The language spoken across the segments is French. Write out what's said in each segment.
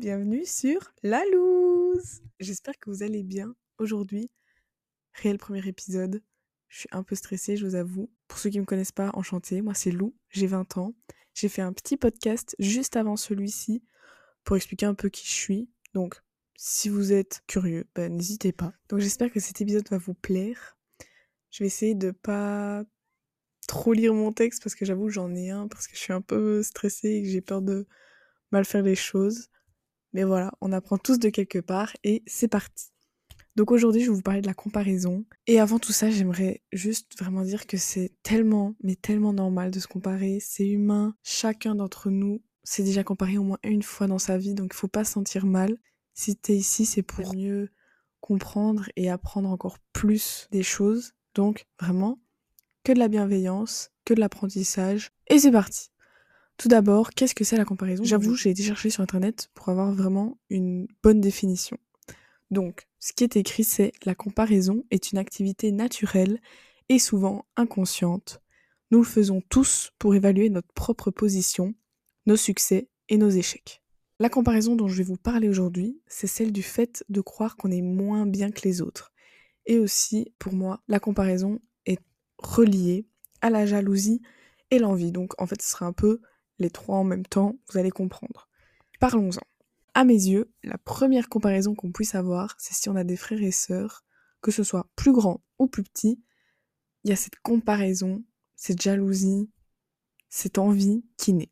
bienvenue sur La Loose. J'espère que vous allez bien aujourd'hui. Réel premier épisode. Je suis un peu stressée, je vous avoue. Pour ceux qui ne me connaissent pas, enchantée. Moi, c'est Lou, j'ai 20 ans. J'ai fait un petit podcast juste avant celui-ci pour expliquer un peu qui je suis. Donc, si vous êtes curieux, n'hésitez pas. Donc, j'espère que cet épisode va vous plaire. Je vais essayer de pas trop lire mon texte parce que j'avoue, j'en ai un parce que je suis un peu stressée et que j'ai peur de mal faire les choses. Mais voilà, on apprend tous de quelque part et c'est parti. Donc aujourd'hui, je vais vous parler de la comparaison. Et avant tout ça, j'aimerais juste vraiment dire que c'est tellement, mais tellement normal de se comparer. C'est humain. Chacun d'entre nous s'est déjà comparé au moins une fois dans sa vie, donc il faut pas se sentir mal. Si t'es ici, c'est pour mieux comprendre et apprendre encore plus des choses. Donc vraiment, que de la bienveillance, que de l'apprentissage. Et c'est parti. Tout d'abord, qu'est-ce que c'est la comparaison ? J'avoue, j'ai été chercher sur internet pour avoir vraiment une bonne définition. Donc, ce qui est écrit, c'est la comparaison est une activité naturelle et souvent inconsciente. Nous le faisons tous pour évaluer notre propre position, nos succès et nos échecs. La comparaison dont je vais vous parler aujourd'hui, c'est celle du fait de croire qu'on est moins bien que les autres. Et aussi, pour moi, la comparaison est reliée à la jalousie et l'envie. Donc, en fait, ce sera un peu les trois en même temps, vous allez comprendre. Parlons-en. À mes yeux, la première comparaison qu'on puisse avoir, c'est si on a des frères et sœurs, que ce soit plus grand ou plus petit, il y a cette comparaison, cette jalousie, cette envie qui naît.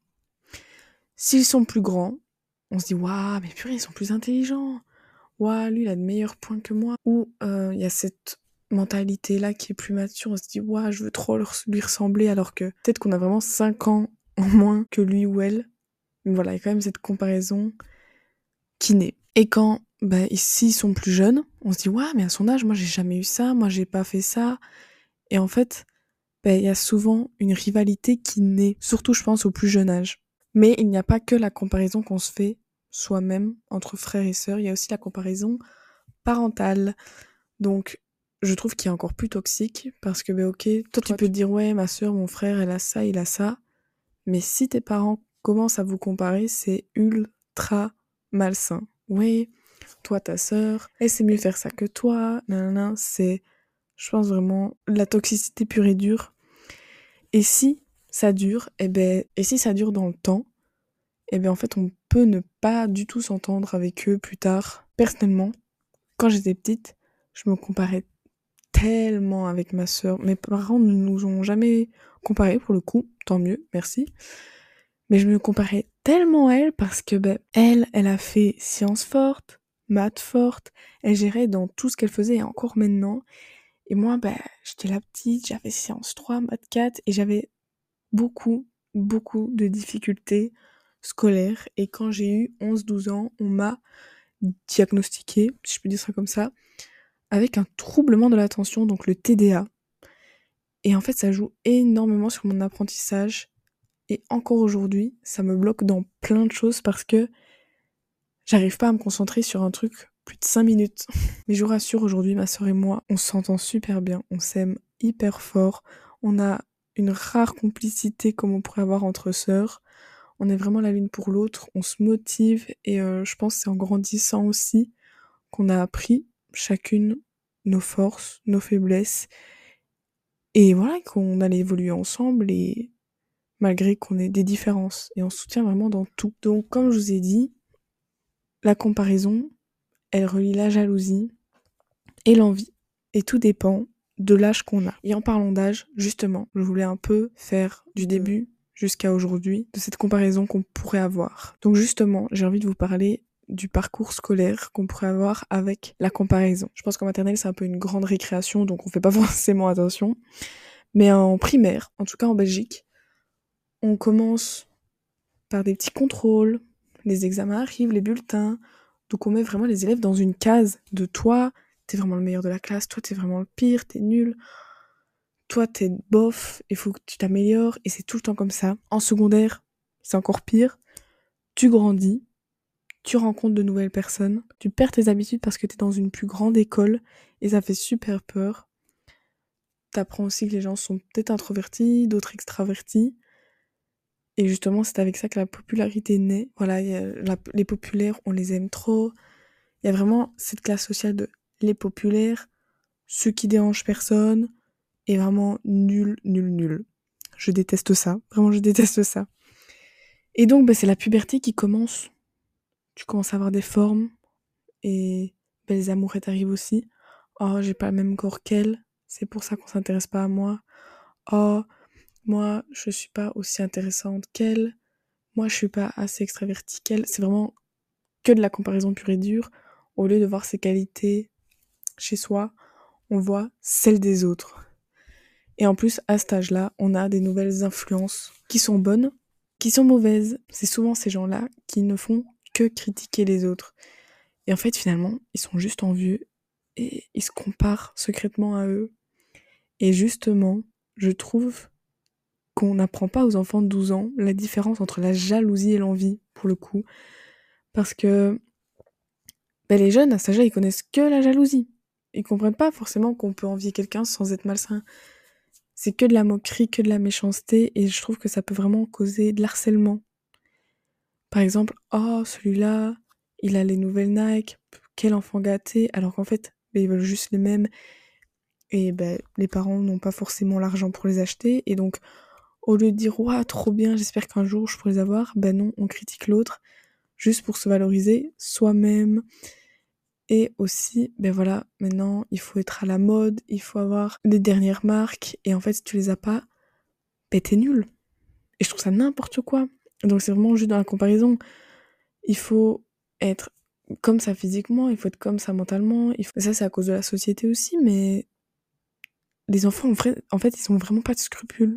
S'ils sont plus grands, on se dit « Waouh, mais purée, ils sont plus intelligents !» « Waouh, lui, il a de meilleurs points que moi !» Ou il y a cette mentalité-là qui est plus mature, on se dit « Waouh, je veux trop lui ressembler » alors que peut-être qu'on a vraiment 5 ans en moins que lui ou elle. Mais voilà, il y a quand même cette comparaison qui naît. Et quand ici ils sont plus jeunes, on se dit « Ouais, mais à son âge, moi j'ai jamais eu ça, moi j'ai pas fait ça. » Et en fait, il y a souvent une rivalité qui naît, surtout je pense au plus jeune âge. Mais il n'y a pas que la comparaison qu'on se fait soi-même entre frères et sœurs, il y a aussi la comparaison parentale. Donc, je trouve qu'il est encore plus toxique parce que, ok, toi tu peux te dire « Ouais, ma sœur, mon frère, elle a ça, il a ça. » Mais si tes parents commencent à vous comparer, c'est ultra malsain. Ouais, toi, ta sœur, elle sait mieux faire ça que toi, nanana, c'est, je pense vraiment, la toxicité pure et dure. Et si ça dure, et si ça dure dans le temps, en fait, on peut ne pas du tout s'entendre avec eux plus tard. Personnellement, quand j'étais petite, je me comparais tellement avec ma sœur. Mes parents ne nous ont jamais comparés pour le coup, tant mieux, merci. Mais je me comparais tellement à elle parce que elle a fait sciences fortes, maths fortes, elle gérait dans tout ce qu'elle faisait et encore maintenant. Et moi, j'étais la petite, j'avais sciences 3, maths 4 et j'avais beaucoup, beaucoup de difficultés scolaires. Et quand j'ai eu 11-12 ans, on m'a diagnostiqué, si je peux dire ça comme ça, avec un troublement de l'attention, donc le TDA. Et en fait, ça joue énormément sur mon apprentissage. Et encore aujourd'hui, ça me bloque dans plein de choses parce que j'arrive pas à me concentrer sur un truc plus de 5 minutes. Mais je vous rassure, aujourd'hui, ma sœur et moi, on s'entend super bien, on s'aime hyper fort, on a une rare complicité comme on pourrait avoir entre sœurs. On est vraiment la l'une pour l'autre, on se motive et je pense que c'est en grandissant aussi qu'on a appris chacune nos forces, nos faiblesses et voilà, qu'on allait évoluer ensemble et malgré qu'on ait des différences et on se soutient vraiment dans tout. Donc comme je vous ai dit, la comparaison, elle relie la jalousie et l'envie. Et tout dépend de l'âge qu'on a. Et en parlant d'âge, justement, je voulais un peu faire du début jusqu'à aujourd'hui de cette comparaison qu'on pourrait avoir. Donc justement, j'ai envie de vous parler du parcours scolaire qu'on pourrait avoir avec la comparaison. Je pense qu'en maternelle, c'est un peu une grande récréation, donc on fait pas forcément attention. Mais en primaire, en tout cas en Belgique, on commence par des petits contrôles, les examens arrivent, les bulletins, donc on met vraiment les élèves dans une case de toi, t'es vraiment le meilleur de la classe, toi t'es vraiment le pire, t'es nul, toi t'es bof, il faut que tu t'améliores, et c'est tout le temps comme ça. En secondaire, c'est encore pire, tu grandis, tu rencontres de nouvelles personnes, tu perds tes habitudes parce que t'es dans une plus grande école, et ça fait super peur. T'apprends aussi que les gens sont peut-être introvertis, d'autres extravertis, Et justement, c'est avec ça que la popularité naît. Voilà, les populaires, on les aime trop. Il y a vraiment cette classe sociale de les populaires, ceux qui dérangent personne, et vraiment nul, nul, nul. Je déteste ça. Vraiment, je déteste ça. Et donc, c'est la puberté qui commence. Tu commences à avoir des formes, et les amourettes arrivent aussi. Oh, j'ai pas le même corps qu'elle, c'est pour ça qu'on s'intéresse pas à moi. Oh, moi, je suis pas aussi intéressante qu'elle. Moi, je suis pas assez extravertie qu'elle. C'est vraiment que de la comparaison pure et dure. Au lieu de voir ses qualités chez soi, on voit celles des autres. Et en plus, à cet âge-là, on a des nouvelles influences qui sont bonnes, qui sont mauvaises. C'est souvent ces gens-là qui ne font que critiquer les autres. Et en fait, finalement, ils sont juste envieux et ils se comparent secrètement à eux. Et justement, je trouve qu'on n'apprend pas aux enfants de 12 ans la différence entre la jalousie et l'envie, pour le coup. Parce que les jeunes, à cet âge-là, ils connaissent que la jalousie. Ils comprennent pas forcément qu'on peut envier quelqu'un sans être malsain. C'est que de la moquerie, que de la méchanceté, et je trouve que ça peut vraiment causer de l'harcèlement. Par exemple, oh, celui-là, il a les nouvelles Nike, quel enfant gâté, alors qu'en fait, ils veulent juste les mêmes, et les parents n'ont pas forcément l'argent pour les acheter, et donc, au lieu de dire, ouah, trop bien, j'espère qu'un jour je pourrai les avoir, non, on critique l'autre, juste pour se valoriser soi-même. Et aussi, voilà, maintenant, il faut être à la mode, il faut avoir les dernières marques, et en fait, si tu les as pas, t'es nul. Et je trouve ça n'importe quoi. Donc c'est vraiment juste dans la comparaison. Il faut être comme ça physiquement, il faut être comme ça mentalement. Ça, c'est à cause de la société aussi, mais les enfants, en fait, ils ont vraiment pas de scrupules.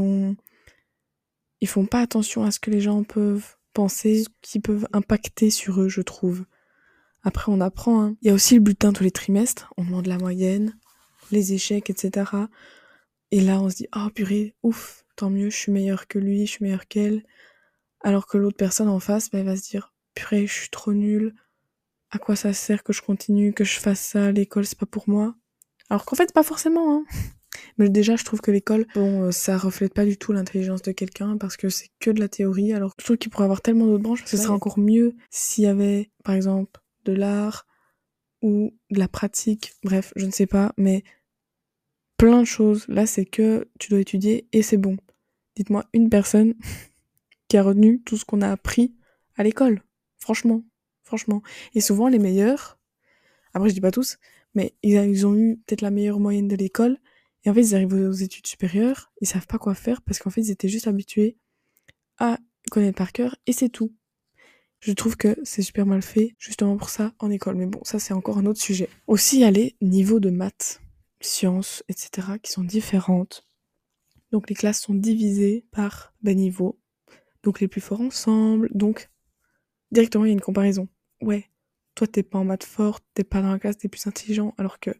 Ils font pas attention à ce que les gens peuvent penser, qui peuvent impacter sur eux, je trouve. Après, on apprend, hein. Il y a aussi le bulletin tous les trimestres. On demande la moyenne, les échecs, etc. Et là, on se dit, oh purée, ouf, tant mieux, je suis meilleure que lui, je suis meilleure qu'elle. Alors que l'autre personne en face, elle va se dire, purée, je suis trop nulle. À quoi ça sert que je continue, que je fasse ça, l'école, c'est pas pour moi. Alors qu'en fait, pas forcément, hein. Mais déjà, je trouve que l'école, ça reflète pas du tout l'intelligence de quelqu'un parce que c'est que de la théorie. Alors je trouve qu'il pourrait avoir tellement d'autres branches. Ce serait encore mieux s'il y avait, par exemple, de l'art ou de la pratique. Bref, je ne sais pas, mais plein de choses. Là, c'est que tu dois étudier et c'est bon. Dites-moi une personne qui a retenu tout ce qu'on a appris à l'école. Franchement. Et souvent, les meilleurs, après je dis pas tous, mais ils ont eu peut-être la meilleure moyenne de l'école, et en fait ils arrivent aux études supérieures, ils savent pas quoi faire, parce qu'en fait ils étaient juste habitués à connaître par cœur, et c'est tout. Je trouve que c'est super mal fait, justement pour ça, en école. Mais bon, ça c'est encore un autre sujet. Aussi, il y a les niveaux de maths, sciences, etc. qui sont différentes. Donc les classes sont divisées par niveaux. Donc les plus forts ensemble, donc directement il y a une comparaison. Ouais, toi t'es pas en maths forte, t'es pas dans la classe des plus intelligents, alors que,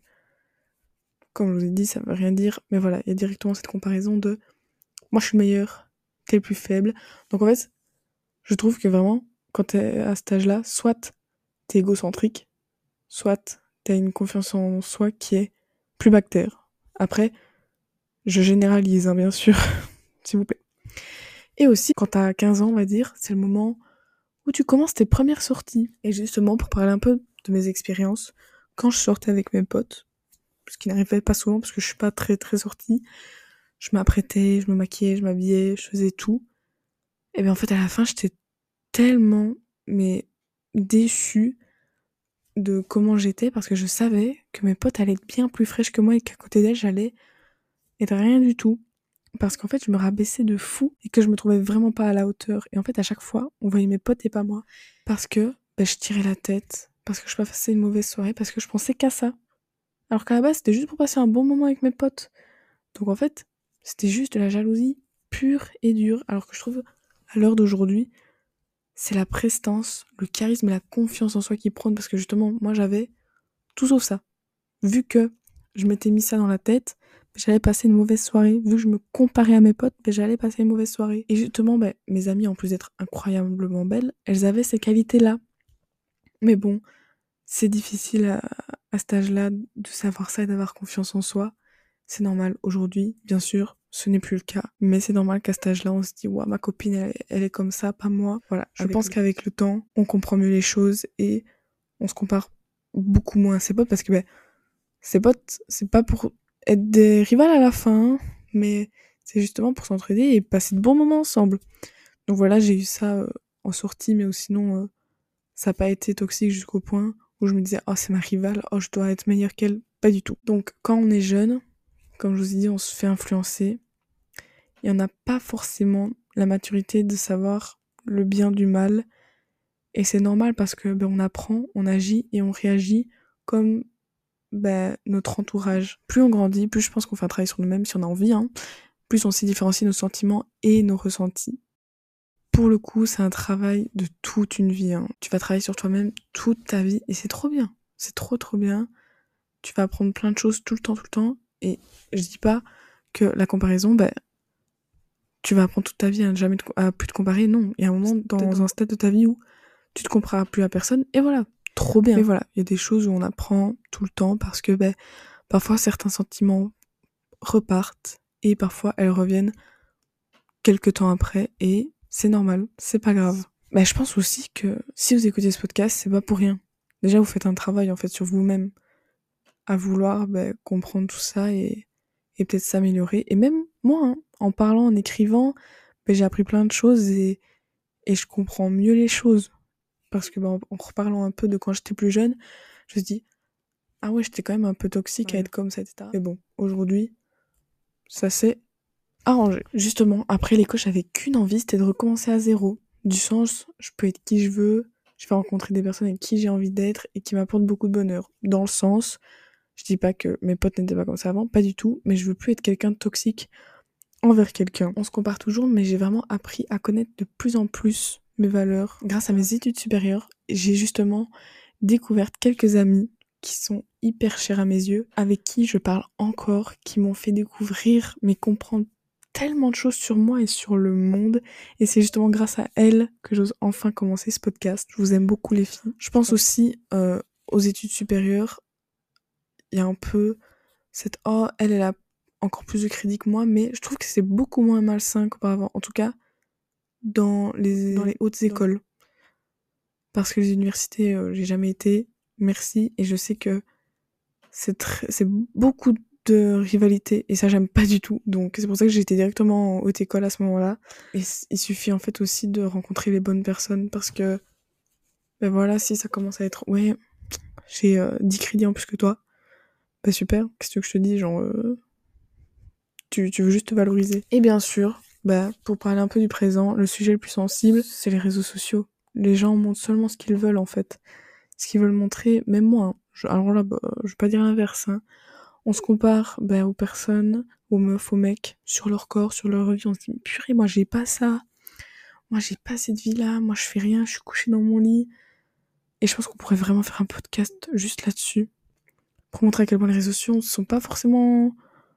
comme je vous ai dit, ça veut rien dire, mais voilà, il y a directement cette comparaison de moi je suis le meilleur, t'es le plus faible. Donc en fait, je trouve que vraiment, quand t'es à cet âge-là, soit t'es égocentrique, soit t'as une confiance en soi qui est plus bactère. Après, je généralise, hein, bien sûr, s'il vous plaît. Et aussi, quand t'as 15 ans, on va dire, c'est le moment où tu commences tes premières sorties. Et justement, pour parler un peu de mes expériences, quand je sortais avec mes potes, ce qui n'arrivait pas souvent parce que je suis pas très très sortie, je m'apprêtais, je me maquillais, je m'habillais, je faisais tout. Et bien en fait, à la fin, j'étais tellement, mais déçue de comment j'étais parce que je savais que mes potes allaient être bien plus fraîches que moi et qu'à côté d'elles, j'allais être rien du tout. Parce qu'en fait, je me rabaissais de fou et que je me trouvais vraiment pas à la hauteur. Et en fait, à chaque fois, on voyait mes potes et pas moi. Parce que je tirais la tête, parce que je passais une mauvaise soirée, parce que je pensais qu'à ça. Alors qu'à la base, c'était juste pour passer un bon moment avec mes potes. Donc en fait, c'était juste de la jalousie pure et dure. Alors que je trouve, à l'heure d'aujourd'hui, c'est la prestance, le charisme et la confiance en soi qui prônent. Parce que justement, moi, j'avais tout sauf ça. Vu que je m'étais mis ça dans la tête, j'allais passer une mauvaise soirée. Vu que je me comparais à mes potes, j'allais passer une mauvaise soirée. Et justement, mes amies, en plus d'être incroyablement belles, elles avaient ces qualités-là. Mais bon, c'est difficile à cet âge-là de savoir ça et d'avoir confiance en soi. C'est normal aujourd'hui, bien sûr. ce n'est plus le cas. Mais c'est normal qu'à cet âge-là, on se dit, ouais, ma copine, elle est comme ça, pas moi. Voilà. Je pense qu'avec le temps, on comprend mieux les choses et on se compare beaucoup moins à ses potes parce que, ses potes, c'est pas pour être des rivales à la fin, mais c'est justement pour s'entraider et passer de bons moments ensemble. Donc voilà, j'ai eu ça en sortie, mais sinon, ça n'a pas été toxique jusqu'au point où je me disais, oh, c'est ma rivale, oh, je dois être meilleure qu'elle. Pas du tout. Donc quand on est jeune, comme je vous ai dit, on se fait influencer. Et on n'a pas forcément la maturité de savoir le bien du mal. Et c'est normal parce que on apprend, on agit et on réagit comme notre entourage. Plus on grandit, plus je pense qu'on fait un travail sur nous-mêmes si on a envie, plus on sait différencier nos sentiments et nos ressentis. Pour le coup, c'est un travail de toute une vie. Tu vas travailler sur toi-même toute ta vie et c'est trop bien. C'est trop bien. Tu vas apprendre plein de choses tout le temps. Et je dis pas que la comparaison, tu vas apprendre toute ta vie à plus te comparer. Non, il y a un moment dans un stade de ta vie où tu te compareras plus à personne et voilà, trop bien. Mais voilà, il y a des choses où on apprend tout le temps parce que parfois certains sentiments repartent et parfois elles reviennent quelques temps après et c'est normal, c'est pas grave. Je pense aussi que si vous écoutez ce podcast, c'est pas pour rien. Déjà, vous faites un travail en fait sur vous-même à vouloir comprendre tout ça et peut-être s'améliorer. Et même moi, en parlant, en écrivant, j'ai appris plein de choses et je comprends mieux les choses. Parce que en reparlant un peu de quand j'étais plus jeune, je me dis, ah ouais, j'étais quand même un peu toxique à être comme ça, etc. Mais bon, aujourd'hui, ça s'est arrangé. Justement, après l'école, j'avais qu'une envie, c'était de recommencer à zéro. Du sens, je peux être qui je veux, je vais rencontrer des personnes avec qui j'ai envie d'être et qui m'apportent beaucoup de bonheur. Dans le sens, je dis pas que mes potes n'étaient pas comme ça avant, pas du tout, mais je veux plus être quelqu'un de toxique envers quelqu'un. On se compare toujours, mais j'ai vraiment appris à connaître de plus en plus mes valeurs. Grâce à mes études supérieures, j'ai justement découvert quelques amis qui sont hyper chers à mes yeux, avec qui je parle encore, qui m'ont fait découvrir, mais comprendre tellement de choses sur moi et sur le monde. Et c'est justement grâce à elles que j'ose enfin commencer ce podcast. Je vous aime beaucoup les filles. Je pense aussi aux études supérieures, il y a un peu cette elle a encore plus de crédit que moi, mais je trouve que c'est beaucoup moins malsain qu'auparavant. En tout cas, dans les hautes écoles. Parce que les universités, j'ai jamais été. Merci. Et je sais que c'est beaucoup de rivalité. Et ça, j'aime pas du tout. Donc, c'est pour ça que j'ai été directement en haute école à ce moment-là. Et il suffit en fait aussi de rencontrer les bonnes personnes. Parce que, voilà, si ça commence à être, ouais, j'ai 10 crédits en plus que toi. Super. Qu'est-ce que je te dis? Genre, tu veux juste te valoriser. Et bien sûr, pour parler un peu du présent, le sujet le plus sensible, c'est les réseaux sociaux. Les gens montrent seulement ce qu'ils veulent en fait. Ce qu'ils veulent montrer, même moi. Alors là, je vais pas dire l'inverse. On se compare aux personnes, aux meufs, aux mecs, sur leur corps, sur leur vie. On se dit, purée, moi j'ai pas ça. Moi j'ai pas cette vie-là. Moi je fais rien, je suis couchée dans mon lit. Et je pense qu'on pourrait vraiment faire un podcast juste là-dessus. Pour montrer à quel point les réseaux sociaux ne sont pas forcément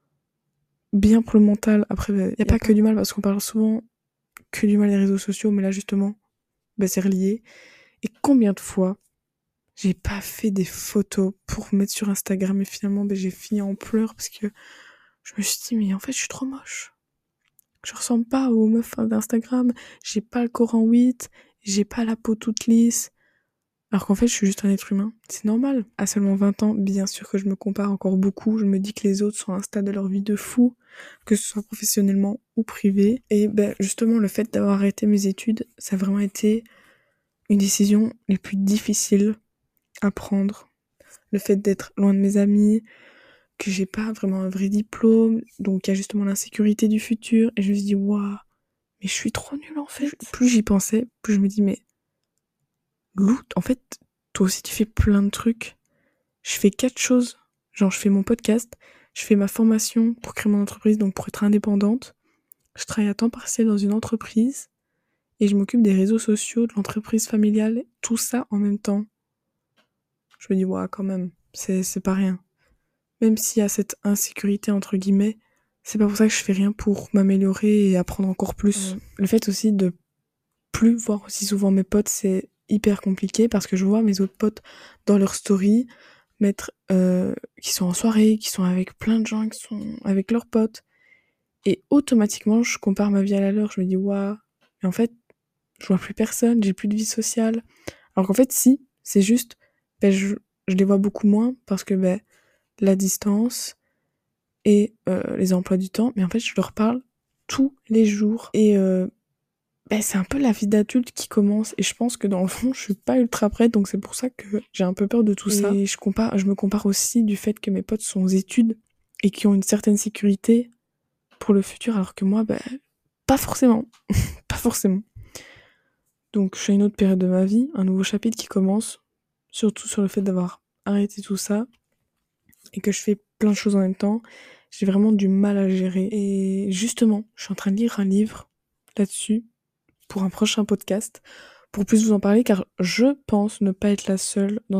bien pour le mental. Après, y a pas que du mal parce qu'on parle souvent que du mal des réseaux sociaux, mais là justement, c'est relié. Et combien de fois j'ai pas fait des photos pour mettre sur Instagram et finalement j'ai fini en pleurs parce que je me suis dit mais en fait je suis trop moche. Je ressemble pas aux meufs d'Instagram, j'ai pas le corps en 8, j'ai pas la peau toute lisse. Alors qu'en fait, je suis juste un être humain. C'est normal. À seulement 20 ans, bien sûr que je me compare encore beaucoup. Je me dis que les autres sont à un stade de leur vie de fou, que ce soit professionnellement ou privé. Et justement, le fait d'avoir arrêté mes études, ça a vraiment été une décision les plus difficiles à prendre. Le fait d'être loin de mes amis, que j'ai pas vraiment un vrai diplôme, donc il y a justement l'insécurité du futur. Et je me suis dit, waouh, mais je suis trop nulle en fait. Plus j'y pensais, plus je me dis, mais Lou, en fait, toi aussi tu fais plein de trucs. Je fais 4 choses. Genre, je fais mon podcast, je fais ma formation pour créer mon entreprise, donc pour être indépendante. Je travaille à temps partiel dans une entreprise et je m'occupe des réseaux sociaux, de l'entreprise familiale, tout ça en même temps. Je me dis, ouais, quand même, c'est pas rien. Même s'il y a cette insécurité, entre guillemets, c'est pas pour ça que je fais rien pour m'améliorer et apprendre encore plus. Le fait aussi de plus voir aussi souvent mes potes, c'est hyper compliqué parce que je vois mes autres potes dans leur story qui sont en soirée, qui sont avec plein de gens, qui sont avec leurs potes. Et automatiquement, je compare ma vie à la leur. Je me dis, waouh, mais en fait, je vois plus personne, j'ai plus de vie sociale. Alors qu'en fait, si, c'est juste, je les vois beaucoup moins parce que la distance et les emplois du temps, mais en fait, je leur parle tous les jours. Et c'est un peu la vie d'adulte qui commence. Et je pense que dans le fond, je suis pas ultra prête, donc c'est pour ça que j'ai un peu peur de tout ça. Et je me compare aussi du fait que mes potes sont aux études et qui ont une certaine sécurité pour le futur, alors que moi, pas forcément. Pas forcément. Donc je suis à une autre période de ma vie, un nouveau chapitre qui commence, surtout sur le fait d'avoir arrêté tout ça et que je fais plein de choses en même temps. J'ai vraiment du mal à gérer. Et justement, je suis en train de lire un livre là-dessus pour un prochain podcast, pour plus vous en parler, car je pense ne pas être la seule dans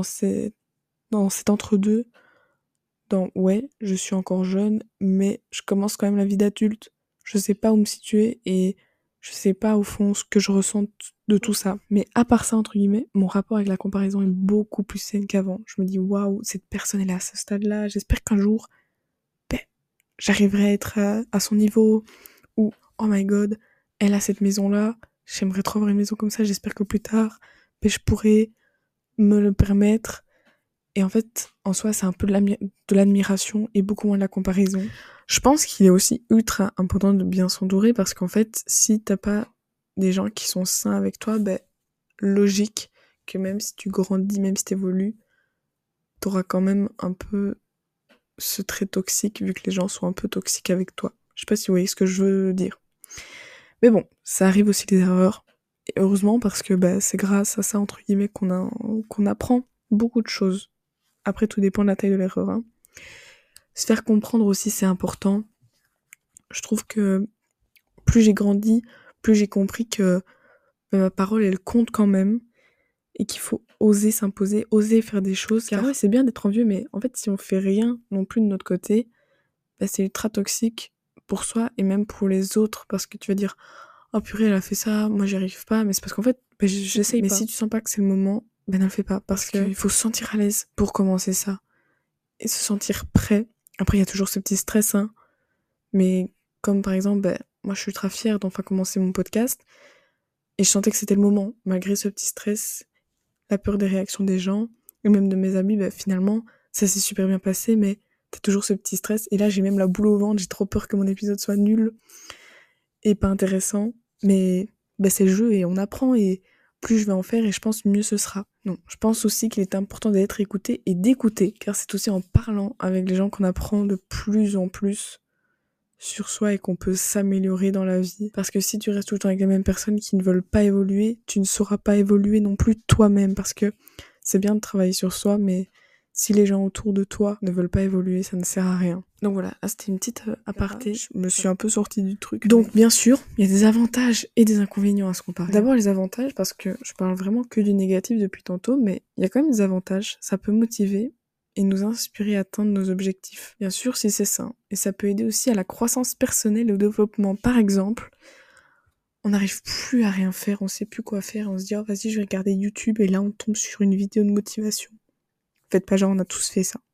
cet entre-deux, dans ouais, je suis encore jeune, mais je commence quand même la vie d'adulte. Je sais pas où me situer et je sais pas au fond ce que je ressens de tout ça. Mais à part ça, entre guillemets, mon rapport avec la comparaison est beaucoup plus sain qu'avant. Je me dis, waouh, cette personne elle est à ce stade-là. J'espère qu'un jour, ben, j'arriverai à être à son niveau. Ou, oh my god, elle a cette maison-là. J'aimerais trop avoir une maison comme ça. J'espère que plus tard, je pourrai me le permettre. Et en fait, en soi, c'est un peu de l'admiration et beaucoup moins de la comparaison. Je pense qu'il est aussi ultra important de bien s'entourer parce qu'en fait, si t'as pas des gens qui sont sains avec toi, logique que même si tu grandis, même si t'évolues, t'auras quand même un peu ce trait toxique vu que les gens sont un peu toxiques avec toi. Je sais pas si vous voyez ce que je veux dire. Mais bon, ça arrive aussi les erreurs. Et heureusement parce que c'est grâce à ça, entre guillemets, qu'on apprend beaucoup de choses. Après, tout dépend de la taille de l'erreur. Hein. Se faire comprendre aussi, c'est important. Je trouve que plus j'ai grandi, plus j'ai compris que ma parole, elle compte quand même. Et qu'il faut oser s'imposer, oser faire des choses. Car ouais, c'est bien d'être envieux, mais en fait, si on fait rien non plus de notre côté, c'est ultra toxique pour soi et même pour les autres. Parce que tu vas dire, oh purée, elle a fait ça, moi j'y arrive pas. Mais c'est parce qu'en fait, j'essaye pas. Mais si tu sens pas que c'est le moment, ne le fais pas. Parce qu'il faut se sentir à l'aise pour commencer ça. Et se sentir prêt. Après, il y a toujours ce petit stress, hein. Mais comme par exemple, moi je suis ultra fière d'enfin commencer mon podcast. Et je sentais que c'était le moment, malgré ce petit stress, la peur des réactions des gens, et même de mes amis, finalement, ça s'est super bien passé, mais t'as toujours ce petit stress. Et là, j'ai même la boule au ventre, j'ai trop peur que mon épisode soit nul et pas intéressant. Mais c'est le jeu et on apprend, et plus je vais en faire, et je pense mieux ce sera. Non, je pense aussi qu'il est important d'être écouté et d'écouter, car c'est aussi en parlant avec les gens qu'on apprend de plus en plus sur soi et qu'on peut s'améliorer dans la vie. Parce que si tu restes tout le temps avec les mêmes personnes qui ne veulent pas évoluer, tu ne sauras pas évoluer non plus toi-même. Parce que c'est bien de travailler sur soi, mais si les gens autour de toi ne veulent pas évoluer, ça ne sert à rien. Donc voilà, c'était une petite aparté. Je me suis un peu sortie du truc. Donc bien sûr, il y a des avantages et des inconvénients à se comparer. D'abord les avantages, parce que je parle vraiment que du négatif depuis tantôt, mais il y a quand même des avantages. Ça peut motiver et nous inspirer à atteindre nos objectifs. Bien sûr, si c'est sain. Et ça peut aider aussi à la croissance personnelle et au développement. Par exemple, on n'arrive plus à rien faire, on sait plus quoi faire, on se dit, oh vas-y, je vais regarder YouTube, et là on tombe sur une vidéo de motivation. Faites pas genre, on a tous fait ça.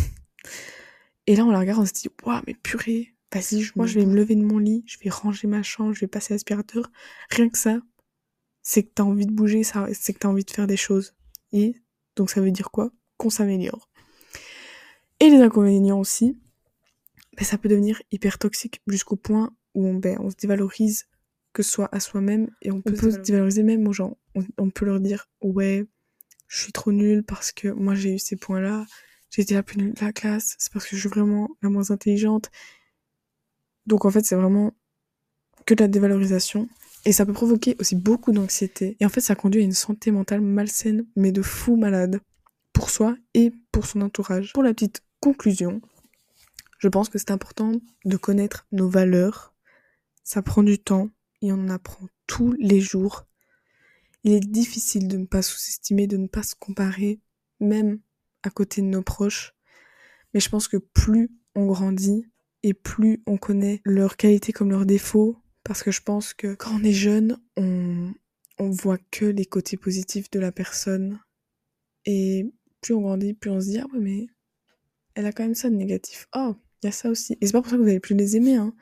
Et là on la regarde, on se dit, waouh, mais purée, vas-y, moi je vais me lever de mon lit, je vais ranger ma chambre, je vais passer l'aspirateur. Rien que ça, c'est que t'as envie de bouger, c'est que t'as envie de faire des choses. Et donc ça veut dire quoi? Qu'on s'améliore. Et les inconvénients aussi, ça peut devenir hyper toxique jusqu'au point où on se dévalorise, que ce soit à soi-même, et on peut se dévaloriser même aux gens. On peut leur dire, ouais, je suis trop nulle parce que moi j'ai eu ces points-là, j'ai été la plus nulle de la classe, c'est parce que je suis vraiment la moins intelligente. Donc en fait, c'est vraiment que de la dévalorisation. Et ça peut provoquer aussi beaucoup d'anxiété. Et en fait, ça conduit à une santé mentale malsaine, mais de fou malade, pour soi et pour son entourage. Pour la petite conclusion, je pense que c'est important de connaître nos valeurs. Ça prend du temps et on en apprend tous les jours. Il est difficile de ne pas sous-estimer, de ne pas se comparer, même à côté de nos proches. Mais je pense que plus on grandit et plus on connaît leurs qualités comme leurs défauts, parce que je pense que quand on est jeune, on voit que les côtés positifs de la personne. Et plus on grandit, plus on se dit, ah ouais, mais elle a quand même ça de négatif. Oh, il y a ça aussi. Et c'est pas pour ça que vous allez plus les aimer, hein.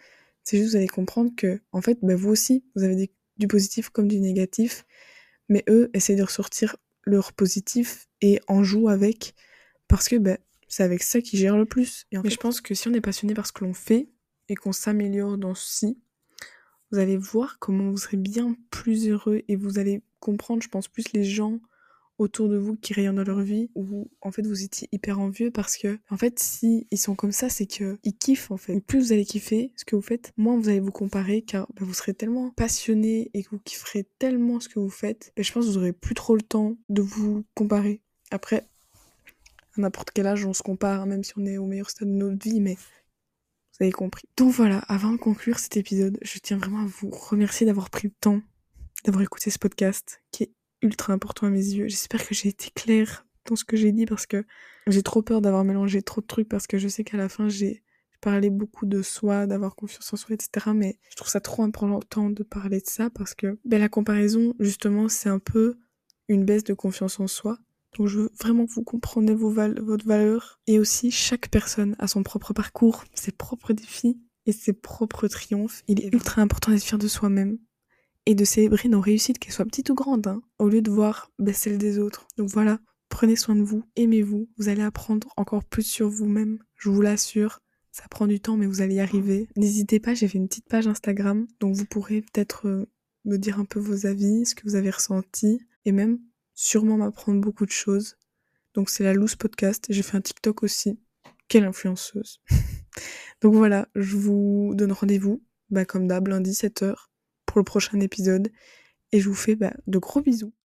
C'est juste vous allez comprendre que, en fait, vous aussi, vous avez du positif comme du négatif, mais eux essayent de ressortir leur positif et en jouent avec, parce que c'est avec ça qu'ils gèrent le plus. Mais je pense que si on est passionné par ce que l'on fait et qu'on s'améliore dans ceci, vous allez voir comment vous serez bien plus heureux et vous allez comprendre, je pense, plus les gens autour de vous qui rayonnent dans leur vie, où en fait vous étiez hyper envieux parce que en fait si ils sont comme ça, c'est que ils kiffent en fait. Et plus vous allez kiffer ce que vous faites, moins vous allez vous comparer, car vous serez tellement passionné et que vous kifferez tellement ce que vous faites, je pense que vous aurez plus trop le temps de vous comparer. Après, à n'importe quel âge on se compare, hein, même si on est au meilleur stade de notre vie, mais vous avez compris. Donc voilà, avant de conclure cet épisode, je tiens vraiment à vous remercier d'avoir pris le temps d'avoir écouté ce podcast qui est ultra important à mes yeux. J'espère que j'ai été claire dans ce que j'ai dit, parce que j'ai trop peur d'avoir mélangé trop de trucs, parce que je sais qu'à la fin j'ai parlé beaucoup de soi, d'avoir confiance en soi, etc. Mais je trouve ça trop important de parler de ça, parce que la comparaison, justement, c'est un peu une baisse de confiance en soi. Donc je veux vraiment que vous compreniez votre valeur. Et aussi, chaque personne a son propre parcours, ses propres défis et ses propres triomphes. Il est ultra important d'être fier de soi-même et de célébrer nos réussites, qu'elles soient petites ou grandes, hein, au lieu de voir celles des autres. Donc voilà, prenez soin de vous, aimez-vous, vous allez apprendre encore plus sur vous-même, je vous l'assure. Ça prend du temps, mais vous allez y arriver. N'hésitez pas, j'ai fait une petite page Instagram, donc vous pourrez peut-être me dire un peu vos avis, ce que vous avez ressenti, et même sûrement m'apprendre beaucoup de choses. Donc c'est la Loose Podcast, j'ai fait un TikTok aussi. Quelle influenceuse. Donc voilà, je vous donne rendez-vous, comme d'hab, lundi 7h, pour le prochain épisode. Et je vous fais de gros bisous.